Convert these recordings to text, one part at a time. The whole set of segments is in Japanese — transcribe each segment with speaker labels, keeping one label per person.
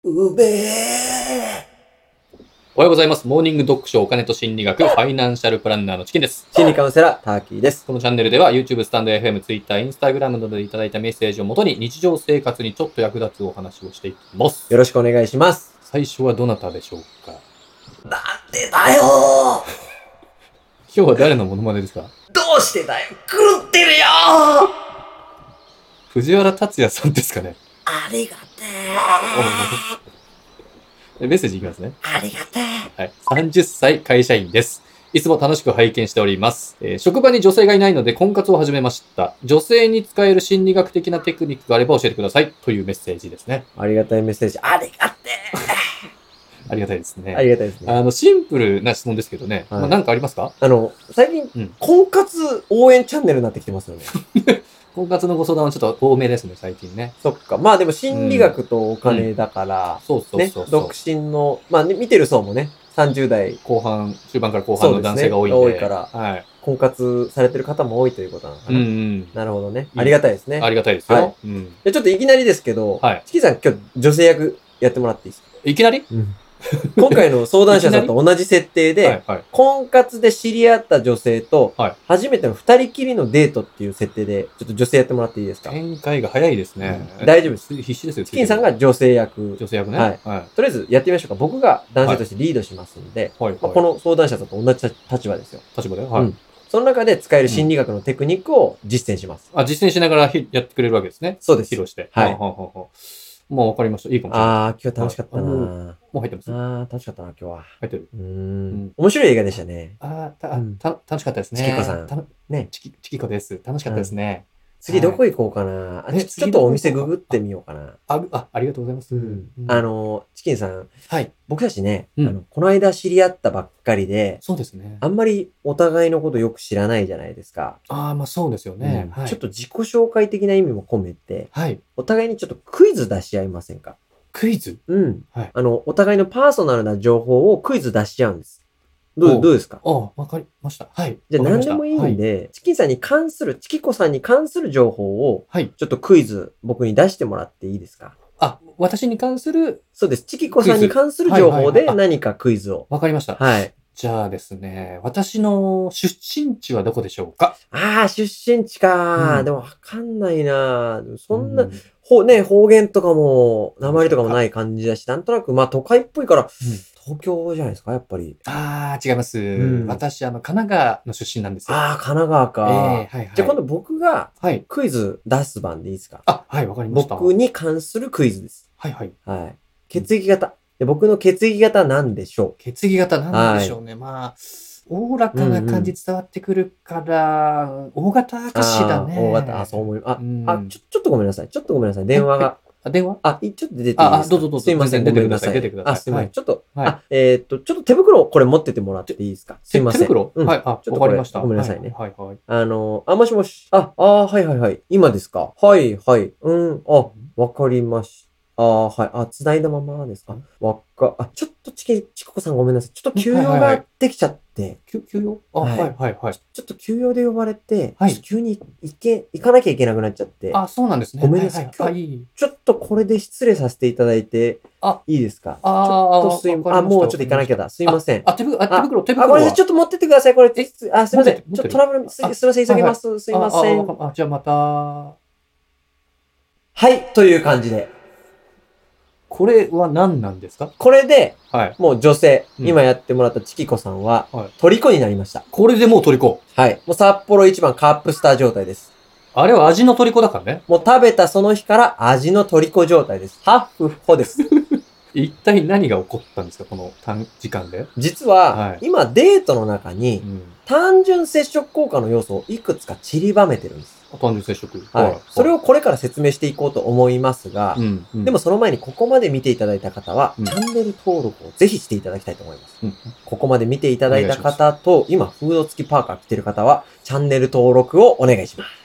Speaker 1: うべえ。
Speaker 2: おはようございます。モーニング読書お金と心理学ファイナンシャルプランナーのチキンです。
Speaker 1: 心理カウンセラー、ターキーです。
Speaker 2: このチャンネルでは YouTube、スタンド FM、Twitter、Instagram などでいただいたメッセージをもとに日常生活にちょっと役立つお話をしていきます。
Speaker 1: よろしくお願いします。
Speaker 2: 最初はどなたでしょうか？
Speaker 1: なんでだよ
Speaker 2: 今日は誰のモノマネですか？
Speaker 1: どうしてだよ狂ってるよ
Speaker 2: 藤原竜也さんですかね？
Speaker 1: ありがて
Speaker 2: メッセージいきますね。
Speaker 1: ありがて
Speaker 2: はい。30歳会社員です。いつも楽しく拝見しております。職場に女性がいないので婚活を始めました。女性に使える心理学的なテクニックがあれば教えてください。というメッセージですね。
Speaker 1: ありがたいメッセージ。ありがて
Speaker 2: ありがたいですね。
Speaker 1: ありがたいですね。
Speaker 2: シンプルな質問ですけどね。
Speaker 1: はい
Speaker 2: なんかありますか？
Speaker 1: 最近、婚活応援チャンネルになってきてますよね。
Speaker 2: 婚活のご相談はちょっと多めですね、最近ね。
Speaker 1: そっか。まあでも心理学とお金だから、
Speaker 2: そうそうそうそう。
Speaker 1: ね、独身の、まあ、ね、見てる層もね、30代
Speaker 2: 後半、中盤から後半の男性が多いんで。
Speaker 1: 多いから、
Speaker 2: はい。
Speaker 1: 婚活されてる方も多いということなのかな。なるほどね。ありがたいですね。
Speaker 2: ありがたいですよ。
Speaker 1: はい。でちょっといきなりですけど、
Speaker 2: はい。
Speaker 1: チキさん今日女性役やってもらっていいですか？
Speaker 2: いきなり？
Speaker 1: 今回の相談者さんと同じ設定で、婚活で知り合った女性と、初めての二人きりのデートっていう設定で、ちょっと女性やってもらっていいですか？
Speaker 2: 展開が早いですね。
Speaker 1: 大丈夫です。
Speaker 2: 必死ですよ。
Speaker 1: チキンさんが女性役。
Speaker 2: 女性役ね。
Speaker 1: はい。とりあえずやってみましょうか。僕が男性としてリードしますんで、この相談者さんと同じ立場ですよ。
Speaker 2: 立場で？はい。
Speaker 1: その中で使える心理学のテクニックを実践します。
Speaker 2: あ、実践しながらやってくれるわけですね。
Speaker 1: そうです。
Speaker 2: 披露して。
Speaker 1: はい。
Speaker 2: もうわかりました。いいかもしれない。
Speaker 1: ああ、今日楽しかったな。
Speaker 2: もう入ってます。
Speaker 1: ああ、楽しかったな、今日は。
Speaker 2: 入ってる。
Speaker 1: 面白い映画でしたね。
Speaker 2: 楽しかったですね。
Speaker 1: チキコさん。ね。
Speaker 2: チキコです。楽しかったですね。
Speaker 1: 次どこ行こうかな。ちょっとお店ググってみようかな。
Speaker 2: ありがとうございます。
Speaker 1: チキンさん。
Speaker 2: はい。
Speaker 1: 僕たちね、この間知り合ったばっかりで、
Speaker 2: そうですね。
Speaker 1: あんまりお互いのことよく知らないじゃないですか。
Speaker 2: ああ、まあそうですよね。
Speaker 1: ちょっと自己紹介的な意味も込めて、
Speaker 2: はい。
Speaker 1: お互いにちょっとクイズ出し合いませんか？
Speaker 2: クイズ？
Speaker 1: はい。お互いのパーソナルな情報をクイズ出し合うんです。どうですか？
Speaker 2: わかりました。はい。
Speaker 1: じゃあ何でもいいんで、チキコさんに関する情報を、ちょっとクイズ僕に出してもらっていいですか？
Speaker 2: 私に関する？
Speaker 1: そうです。チキコさんに関する情報で何かクイズを。
Speaker 2: わかりました。
Speaker 1: はい。
Speaker 2: じゃあですね、私の出身地はどこでしょうか？
Speaker 1: 出身地か。でもわかんないな。そんな、方言とかも、訛りとかもない感じだし、なんとなく、まあ都会っぽいから、東京じゃないですか、やっぱり。
Speaker 2: 違います。私、神奈川の出身なんですよ。
Speaker 1: 神奈川か。じゃあ今度僕が、クイズ出す番でいいですか？
Speaker 2: はい、わかりました。
Speaker 1: 僕に関するクイズです。
Speaker 2: はい。
Speaker 1: 血液型。僕の血液型なんでしょう？
Speaker 2: 血液型なんでしょうね。まあ、おおらかな感じ伝わってくるから、大型かしらね。
Speaker 1: 大型、そう思います。ちょっとごめんなさい。電話が。
Speaker 2: 電話？
Speaker 1: ちょっと出ていいですか？
Speaker 2: どうぞ。
Speaker 1: すいません。
Speaker 2: 出てください。
Speaker 1: すいません。ちょっと手袋これ持っててもらっていいですか？すいません。
Speaker 2: 手袋？はい。
Speaker 1: ちょっと
Speaker 2: わかりました。
Speaker 1: ごめんなさいね。
Speaker 2: はい。
Speaker 1: もしもし。はい。今ですか？はい。わかりました。繋いだままですか？ちょっとチコさんごめんなさい。ちょっと休養ができちゃって。
Speaker 2: 休養？はい。
Speaker 1: ちょっと休養で呼ばれて、急に行かなきゃいけなくなっちゃって。
Speaker 2: そうなんですね。
Speaker 1: ごめんなさい。ちょっとこれで失礼させていただいて、いいですか？ちょっともうちょっと行かなきゃだ。すいません。
Speaker 2: 手袋
Speaker 1: ごめんなさい。ちょっと持ってってください。これ、すいません。ちょっとトラブル、すいません。急ぎます。すいません。
Speaker 2: じゃあまた。
Speaker 1: はい、という感じで。
Speaker 2: これは何なんですか？
Speaker 1: これで、もう女性、今やってもらったチキコさんは、虜になりました。
Speaker 2: これでもう虜？
Speaker 1: はい。もう札幌一番カップスター状態です。
Speaker 2: あれは味の虜だからね。
Speaker 1: もう食べたその日から味の虜状態です。ハッフホです。
Speaker 2: 一体何が起こったんですか？この短時間で。
Speaker 1: 実は、今デートの中に、単純接触効果の要素をいくつか散りばめてるんです。
Speaker 2: 単純接触。
Speaker 1: それをこれから説明していこうと思いますが、でもその前にここまで見ていただいた方は、チャンネル登録をぜひしていただきたいと思います。ここまで見ていただいた方と、今フード付きパーカー着てる方は、チャンネル登録をお願いします。
Speaker 2: フ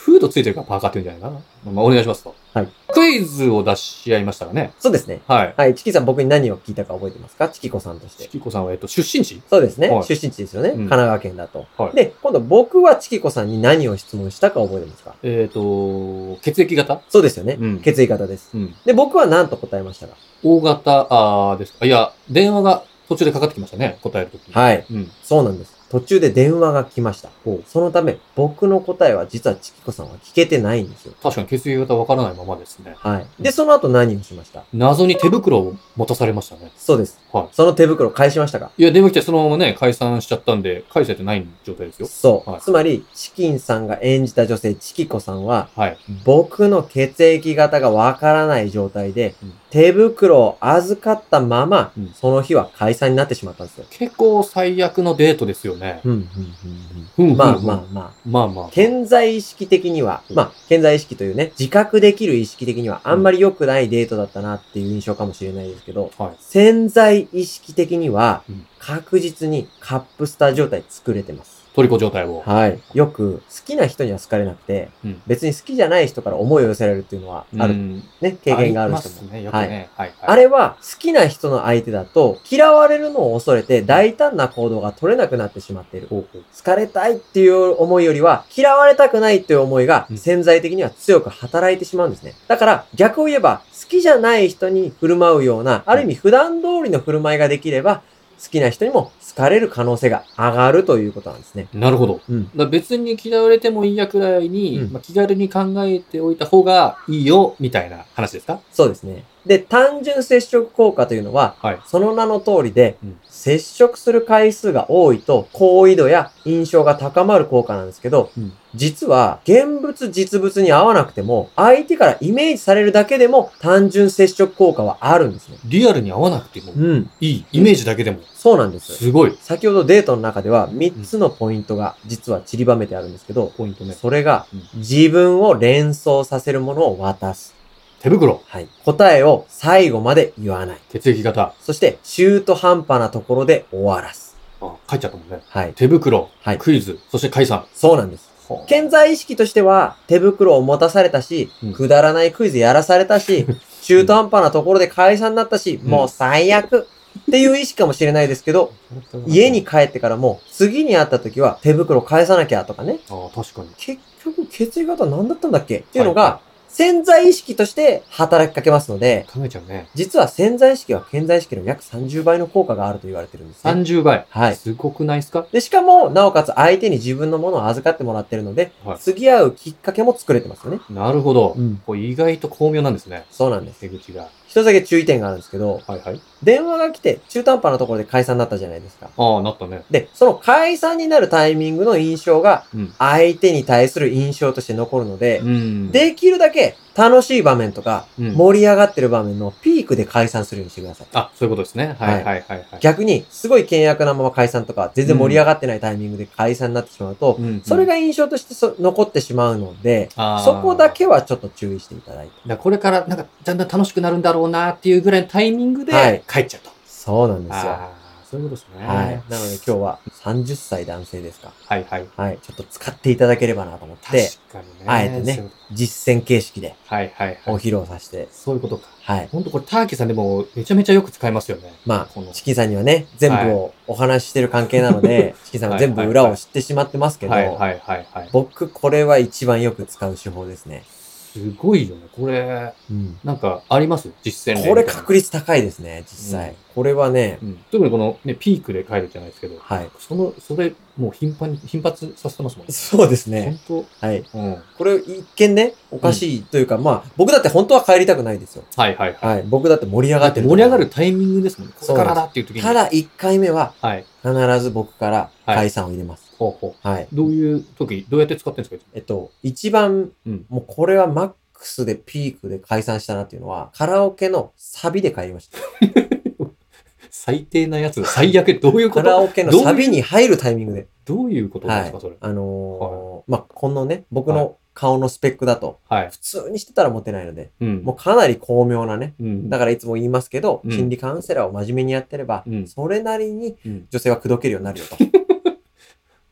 Speaker 2: フードついてるからパーカーって言うんじゃないかな。まあ、お願いしますと。
Speaker 1: はい。
Speaker 2: クイズを出し合いましたらね。
Speaker 1: そうですね。
Speaker 2: はい。
Speaker 1: はい。チキさん僕に何を聞いたか覚えてますか？チキコさんとして。
Speaker 2: チキコさんは、出身地
Speaker 1: そうですね。
Speaker 2: はい
Speaker 1: 出身地ですよね。
Speaker 2: うん
Speaker 1: 神奈川県だと。
Speaker 2: はい
Speaker 1: で、今度僕はチキコさんに何を質問したか覚えてますか？
Speaker 2: 血液型
Speaker 1: そうですよね。
Speaker 2: うん
Speaker 1: 血液型です。
Speaker 2: うん。
Speaker 1: で、僕は何と答えましたか？
Speaker 2: O 型、ですか。いや、電話が途中でかかってきましたね。答えるときに。
Speaker 1: はい。
Speaker 2: うん。
Speaker 1: そうなんです。途中で電話が来ました
Speaker 2: ほう。
Speaker 1: そのため、僕の答えは実はチキコさんは聞けてないんですよ。
Speaker 2: 確かに血液型わからないままですね。
Speaker 1: はい。で、その後何をしました？
Speaker 2: 謎に手袋を持たされましたね。
Speaker 1: そうです。
Speaker 2: は
Speaker 1: その手袋返しましたか？
Speaker 2: い。いや、電話来てそのままね、解散しちゃったんで、返せてない状態ですよ。
Speaker 1: そう。
Speaker 2: はい
Speaker 1: つまり、チキンさんが演じた女性、チキコさんは、
Speaker 2: はい。
Speaker 1: 僕の血液型がわからない状態で、
Speaker 2: うん
Speaker 1: 手袋を預かったまま、
Speaker 2: うん
Speaker 1: その日は解散になってしまったんですよ。
Speaker 2: 結構最悪のデートですよね。
Speaker 1: まあまあまあ。
Speaker 2: まあまあ。
Speaker 1: 健在意識的には、まあ、健在意識というね、自覚できる意識的にはあんまり良くないデートだったなっていう印象かもしれないですけど、
Speaker 2: はい。
Speaker 1: 潜在意識的には
Speaker 2: うん、
Speaker 1: 確実にカップスター状態作れてます。
Speaker 2: トリコ状態を。
Speaker 1: はい。よく、好きな人には好かれなくて、
Speaker 2: うん
Speaker 1: 別に好きじゃない人から思いを寄せられるっていうのはある。
Speaker 2: うん
Speaker 1: ね、経験がある人も。
Speaker 2: りますね、よくね。はい。
Speaker 1: あれは、好きな人の相手だと、嫌われるのを恐れて大胆な行動が取れなくなってしまっている。
Speaker 2: ほうほう
Speaker 1: 好かれたいっていう思いよりは、嫌われたくないっていう思いが
Speaker 2: うん
Speaker 1: 潜在的には強く働いてしまうんですね。だから、逆を言えば、好きじゃない人に振る舞うような、ある意味普段通りの振る舞いができれば、好きな人にも好かれる可能性が上がるということなんですね。
Speaker 2: なるほど。
Speaker 1: うん。
Speaker 2: だから別に嫌われてもいいやくらいに、
Speaker 1: うん
Speaker 2: まあ、気軽に考えておいた方がいいよ、みたいな話ですか？
Speaker 1: そうですね。で、単純接触効果というのは、
Speaker 2: はい。
Speaker 1: その名の通りで、
Speaker 2: うん
Speaker 1: 接触する回数が多いと、好意度や印象が高まる効果なんですけど、
Speaker 2: うん
Speaker 1: 実は、現物実物に合わなくても、相手からイメージされるだけでも、単純接触効果はあるんですね。
Speaker 2: リアルに合わなくても
Speaker 1: うん。
Speaker 2: いい。イメージだけでも。
Speaker 1: そうなんです。
Speaker 2: すごい。
Speaker 1: 先ほどデートの中では、3つのポイントが実は散りばめてあるんですけど、
Speaker 2: ポイントね。
Speaker 1: それが
Speaker 2: うん、
Speaker 1: 自分を連想させるものを渡す。
Speaker 2: 手袋。
Speaker 1: はい。答えを最後まで言わない。
Speaker 2: 血液型。
Speaker 1: そして、中途半端なところで終わらす。
Speaker 2: あ、書いちゃったもんね。
Speaker 1: はい。
Speaker 2: 手袋。
Speaker 1: はい
Speaker 2: クイズ。そして解散。
Speaker 1: そうなんです。健在意識としては、手袋を持たされたし、
Speaker 2: うん
Speaker 1: くだらないクイズやらされたし、中途半端なところで解散になったし、
Speaker 2: うん
Speaker 1: もう最悪っていう意識かもしれないですけど、家に帰ってからも、次に会った時は手袋返さなきゃとかね、
Speaker 2: あ、確かに。
Speaker 1: 結局血液型何だったんだっけっていうのが、
Speaker 2: は
Speaker 1: 潜在意識として働きかけますので、
Speaker 2: 考えちゃうね。
Speaker 1: 実は潜在意識は健在意識の約30倍の効果があると言われてるんですね。
Speaker 2: 30倍。
Speaker 1: はい
Speaker 2: すごくないですか？
Speaker 1: で、しかも、なおかつ相手に自分のものを預かってもらってるので、
Speaker 2: はい
Speaker 1: 次会うきっかけも作れてますよね。
Speaker 2: なるほど。
Speaker 1: うん
Speaker 2: これ意外と巧妙なんですね。
Speaker 1: そうなんです。
Speaker 2: 手口が。
Speaker 1: 一つだけ注意点があるんですけど、
Speaker 2: はいはい。
Speaker 1: 電話が来て中途半端なところで解散になったじゃないですか。
Speaker 2: ああ、なったね。
Speaker 1: で、その解散になるタイミングの印象が
Speaker 2: うん。
Speaker 1: 相手に対する印象として残るので、
Speaker 2: うん。
Speaker 1: できるだけ楽しい場面とか
Speaker 2: うん、
Speaker 1: 盛り上がってる場面のピークで解散するようにしてください。
Speaker 2: あ、そういうことですね。はいはいはいはい。
Speaker 1: 逆に、すごい険悪なまま解散とか、全然盛り上がってないタイミングで解散になってしまうと、
Speaker 2: うん
Speaker 1: それが印象として残ってしまうので、
Speaker 2: あー
Speaker 1: そこだけはちょっと注意していただいて。
Speaker 2: だからこれからなんかだんだん楽しくなるんだろうなっていうぐらいのタイミング
Speaker 1: はい
Speaker 2: で帰っちゃうと。
Speaker 1: そうなんですよ。
Speaker 2: ああ、そういうことですね。
Speaker 1: はい。なので今日は30歳男性ですか。
Speaker 2: はいはい。
Speaker 1: はい。ちょっと使っていただければなと思って、
Speaker 2: 確かにね。
Speaker 1: あえてね
Speaker 2: そういうこ
Speaker 1: 実践形式で
Speaker 2: とはいはいはい。
Speaker 1: お披露させて、
Speaker 2: そういうことか。
Speaker 1: はい。
Speaker 2: ほんとこれターキーさんでもめちゃめちゃよく使いますよね。
Speaker 1: ま
Speaker 2: この
Speaker 1: あ、チキンさんにはね、全部をお話ししてる関係なので、チキンさんが全部裏を知ってしまってますけど、
Speaker 2: はいはいはいはい。
Speaker 1: 僕これは一番よく使う手法ですね。
Speaker 2: すごいよね。これ、
Speaker 1: うん。
Speaker 2: なんかあります実践例
Speaker 1: これ
Speaker 2: みたいな
Speaker 1: 確率高いですね、実際。
Speaker 2: うん
Speaker 1: これはね、
Speaker 2: うん。特にこのね、ピークで帰るじゃないですけど、
Speaker 1: はい。
Speaker 2: それ、もう頻発させてますもんね。
Speaker 1: そうですね。
Speaker 2: 本
Speaker 1: はい。
Speaker 2: 当うん。
Speaker 1: これ一見ね、おかしいというか、まあ、僕だって本当は帰りたくないですよ。
Speaker 2: はいはいはい。
Speaker 1: はい。僕だって盛り上がってる。
Speaker 2: 盛り上がる。タイミングですもんね。こ
Speaker 1: そう
Speaker 2: れからだっていう時に。
Speaker 1: ただ1回目は
Speaker 2: はい。
Speaker 1: 必ず僕から解散を入れます。
Speaker 2: ほうほ
Speaker 1: はい。
Speaker 2: う。どういう時、どうやって使ってるんですか？
Speaker 1: 一番、
Speaker 2: うん
Speaker 1: もうこれはマックスでピークで解散したなっていうのは、カラオケのサビで帰りました。
Speaker 2: 最低なやつ。最悪。どういうこと
Speaker 1: カラオケのサビに入るタイミングで。
Speaker 2: どういうことなん
Speaker 1: はい
Speaker 2: ですか、それ。。
Speaker 1: まあ、このね、僕の顔のスペックだと、
Speaker 2: はい。
Speaker 1: 普通にしてたらモテないので、
Speaker 2: うん。
Speaker 1: もうかなり巧妙なね、
Speaker 2: うん。
Speaker 1: だからいつも言いますけど、
Speaker 2: うん
Speaker 1: 心理カウンセラーを真面目にやってれば、
Speaker 2: うん
Speaker 1: それなりに
Speaker 2: うん。
Speaker 1: 女性は口説けるようになるよと。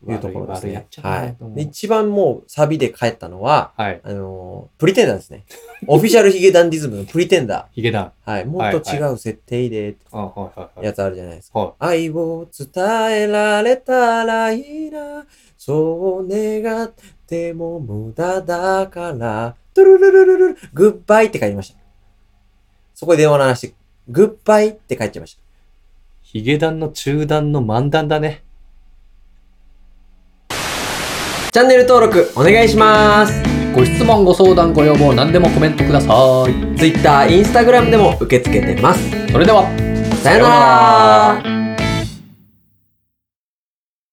Speaker 1: いうところですね。
Speaker 2: 悪いやっちゃったな
Speaker 1: はい
Speaker 2: と思う。
Speaker 1: で一番もうサビで帰ったのは、
Speaker 2: はい。
Speaker 1: プリテンダーですね。オフィシャルヒゲダンディズムのプリテンダ
Speaker 2: ヒゲダン。
Speaker 1: ー。はい。もっと違う設定で、
Speaker 2: あ、はいはいはい。
Speaker 1: やつあるじゃないですか。
Speaker 2: は
Speaker 1: 愛を伝えられたらいいな。そう願っても無駄だから。トゥルルルルルル、グッバイって書いてました。そこで電話鳴らして、グッバイって書いてました。
Speaker 2: ヒゲダンの中段の漫談だね。
Speaker 1: チャンネル登録お願いします。
Speaker 2: ご質問、ご相談、ご要望、何でもコメントください。
Speaker 1: Twitter、Instagram でも受け付けてます。
Speaker 2: それでは、
Speaker 1: さよなら。